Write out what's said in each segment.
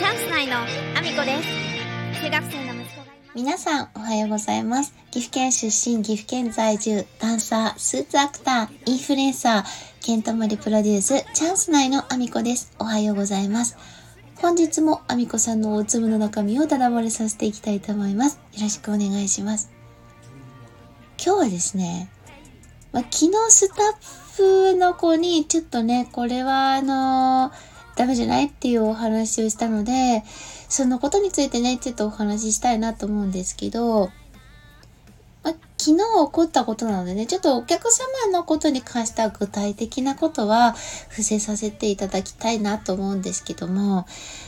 チャンス内のアミコです。中学生の息子がいます。 皆さんおはようございます。岐阜県出身、岐阜県在住、ダンサー、スーツアクター、インフルエンサー、ケントモリプロデュース、チャンス内のアミコです。おはようございます。本日もアミコさんのおつむの中身をダダ漏れさせていきたいと思います。よろしくお願いします。今日はですね、昨日スタッフの子にちょっとね、これはダメじゃないっていうお話をしたので、そのことについてね、ちょっとお話ししたいなと思うんですけど、昨日起こったことなのでね、ちょっとお客様のことに関しては具体的なことは伏せさせていただきたいなと思うんですけども、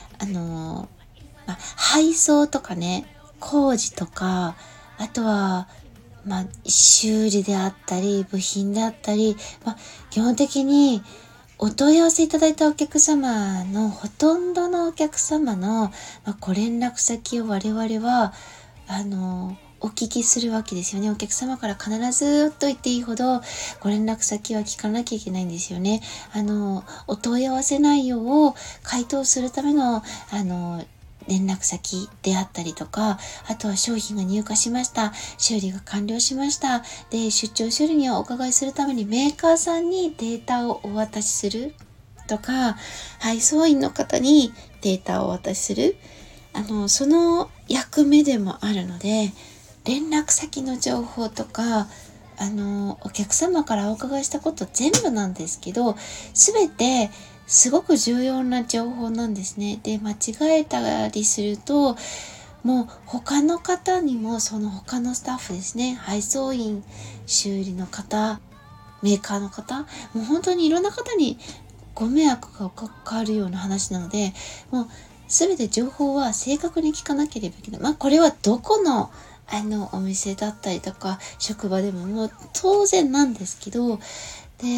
配送とかね、工事とか、あとは、修理であったり、部品であったり、基本的にお問い合わせいただいたお客様のほとんどのお客様の、ご連絡先を我々は、お聞きするわけですよね。お客様から必ずと言っていいほどご連絡先は聞かなきゃいけないんですよね。お問い合わせ内容を回答するための、連絡先であったりとか、あとは商品が入荷しました。修理が完了しました。で、出張修理にお伺いするためにメーカーさんにデータをお渡しするとか、配送員の方にデータをお渡しする。その役目でもあるので、連絡先の情報とか、お客様からお伺いしたこと全部なんですけど、すべてすごく重要な情報なんですね。で、間違えたりすると、もう他の方にも、その他のスタッフですね、配送員、修理の方、メーカーの方、もう本当にいろんな方にご迷惑がかかるような話なので、もうすべて情報は正確に聞かなければいけない。これはどこのお店だったりとか職場でももう当然なんですけど、で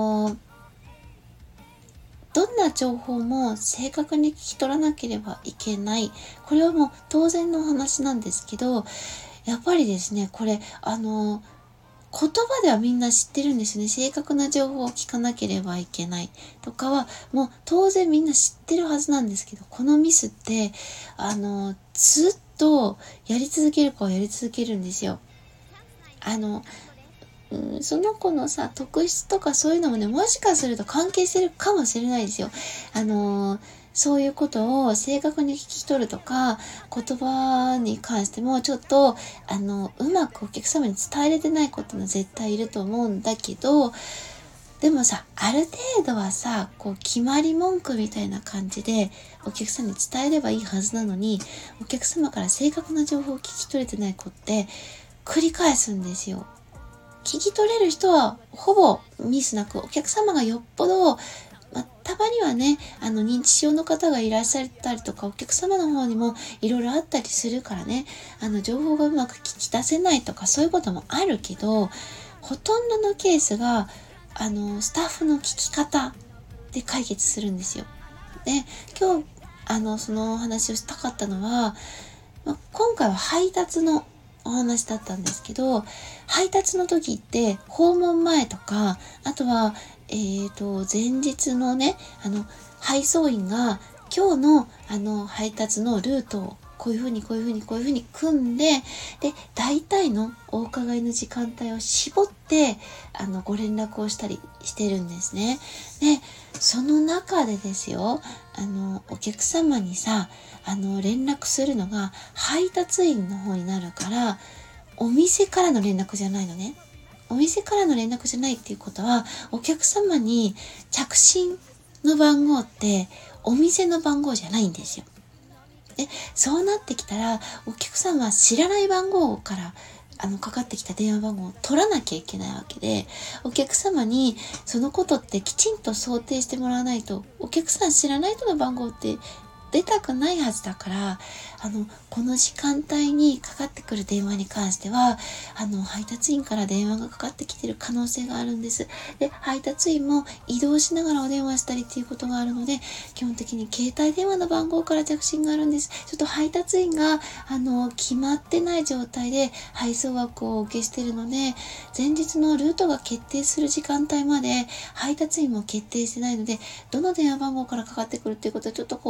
どんな情報も正確に聞き取らなければいけない。これはもう当然の話なんですけど、やっぱりですね、これ言葉ではみんな知ってるんですよね。正確な情報を聞かなければいけないとかはもう当然みんな知ってるはずなんですけど、このミスってずっとやり続ける子はやり続けるんですよ。その子の特質とかそういうのもね、もしかすると関係してるかもしれないですよ。そういうことを正確に聞き取るとか、言葉に関してもちょっと、うまくお客様に伝えれてないことも絶対いると思うんだけど、でもある程度は決まり文句みたいな感じでお客さんに伝えればいいはずなのに、お客様から正確な情報を聞き取れてない子って繰り返すんですよ。聞き取れる人はほぼミスなく、お客様がよっぽど、たまにはね、認知症の方がいらっしゃったりとか、お客様の方にもいろいろあったりするからね、情報がうまく聞き出せないとかそういうこともあるけど、ほとんどのケースが、スタッフの聞き方で解決するんですよ。で、今日、そのお話をしたかったのは、今回は配達のお話だったんですけど、配達の時って訪問前とか、あとは前日のね、配送員が今日の配達のルートをこういうふうに組んで、で大体のお伺いの時間帯を絞ってご連絡をしたりしてるんですね。でその中でですよ、お客様に連絡するのが配達員の方になるから、お店からの連絡じゃないのね。お店からの連絡じゃないっていうことは、お客様に着信の番号ってお店の番号じゃないんですよ。で、そうなってきたら、お客様は知らない番号からかかってきた電話番号を取らなきゃいけないわけで、お客様にそのことってきちんと想定してもらわないと、お客さん知らない人の番号って出たくないはずだから、この時間帯にかかってくる電話に関しては、配達員から電話がかかってきている可能性があるんです。で、配達員も移動しながらお電話したりっていうことがあるので、基本的に携帯電話の番号から着信があるんです。ちょっと配達員が、決まってない状態で配送枠をお受けしているので、前日のルートが決定する時間帯まで配達員も決定してないので、どの電話番号からかかってくるっていうことはちょっと公表でき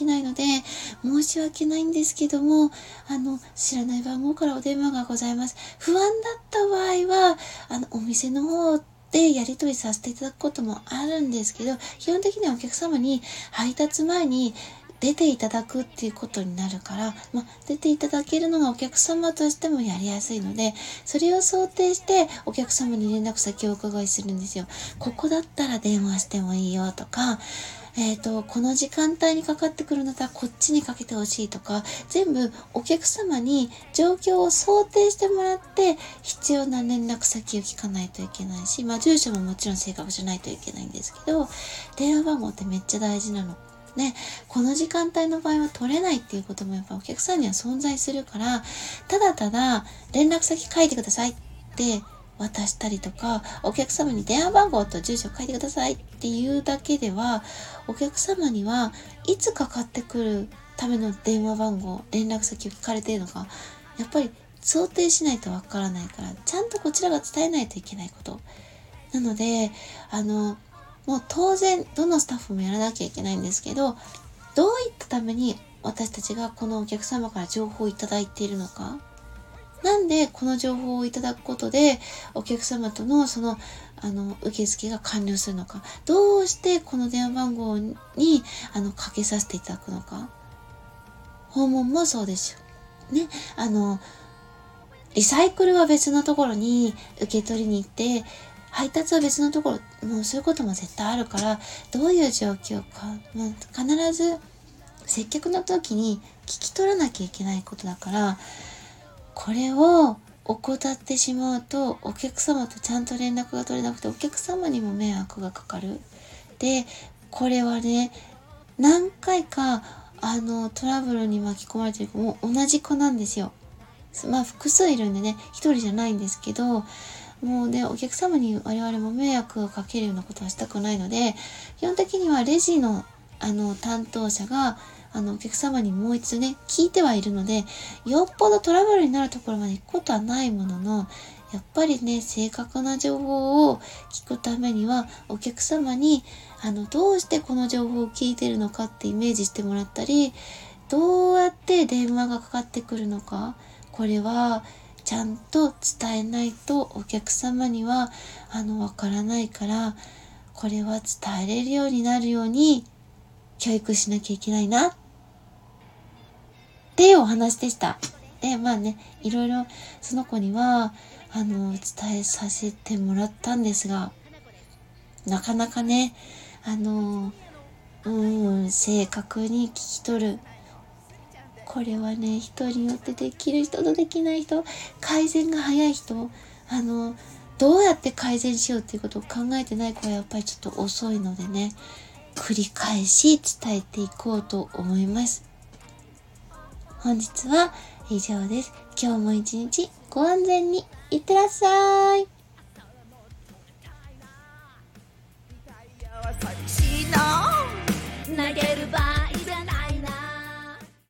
きないので、申し訳ないんですけども、知らない番号からお電話がございます。不安だった場合は、お店の方でやり取りさせていただくこともあるんですけど、基本的にはお客様に配達前に出ていただくっていうことになるから、出ていただけるのがお客様としてもやりやすいので、それを想定してお客様に連絡先をお伺いするんですよ。ここだったら電話してもいいよとか、この時間帯にかかってくるんだったらこっちにかけてほしいとか、全部お客様に状況を想定してもらって必要な連絡先を聞かないといけないし、住所ももちろん正確じゃないといけないんですけど、電話番号ってめっちゃ大事なの。この時間帯の場合は取れないっていうこともやっぱお客さんには存在するから、ただただ連絡先書いてくださいって渡したりとか、お客様に電話番号と住所書いてくださいっていうだけでは、お客様にはいつかかってくるための電話番号、連絡先を聞かれているのか、やっぱり想定しないとわからないから、ちゃんとこちらが伝えないといけないことなので、もう当然どのスタッフもやらなきゃいけないんですけど、どういったために私たちがこのお客様から情報をいただいているのか、なんでこの情報をいただくことでお客様との受付が完了するのか、どうしてこの電話番号にかけさせていただくのか、訪問もそうですよね。リサイクルは別のところに受け取りに行って、配達は別のところ、もうそういうことも絶対あるから、どういう状況か、必ず接客の時に聞き取らなきゃいけないことだから、これを怠ってしまうとお客様とちゃんと連絡が取れなくて、お客様にも迷惑がかかる。で、これはね、何回かトラブルに巻き込まれてる子も同じ子なんですよ。複数いるんでね、一人じゃないんですけど、もうね、お客様に我々も迷惑をかけるようなことはしたくないので、基本的にはレジの担当者がお客様にもう一度ね、聞いてはいるので、よっぽどトラブルになるところまで行くことはないものの、やっぱりね、正確な情報を聞くためには、お客様にどうしてこの情報を聞いてるのかってイメージしてもらったり、どうやって電話がかかってくるのか、これはちゃんと伝えないとお客様にはわからないから、これは伝えれるようになるように教育しなきゃいけないなっていうお話でした。で、いろいろその子には伝えさせてもらったんですが、なかなかね、正確に聞き取る。これはね、人によってできる人とできない人、改善が早い人、どうやって改善しようっていうことを考えてない子はやっぱりちょっと遅いのでね、繰り返し伝えていこうと思います。本日は以上です。今日も一日ご安全にいってらっしゃい。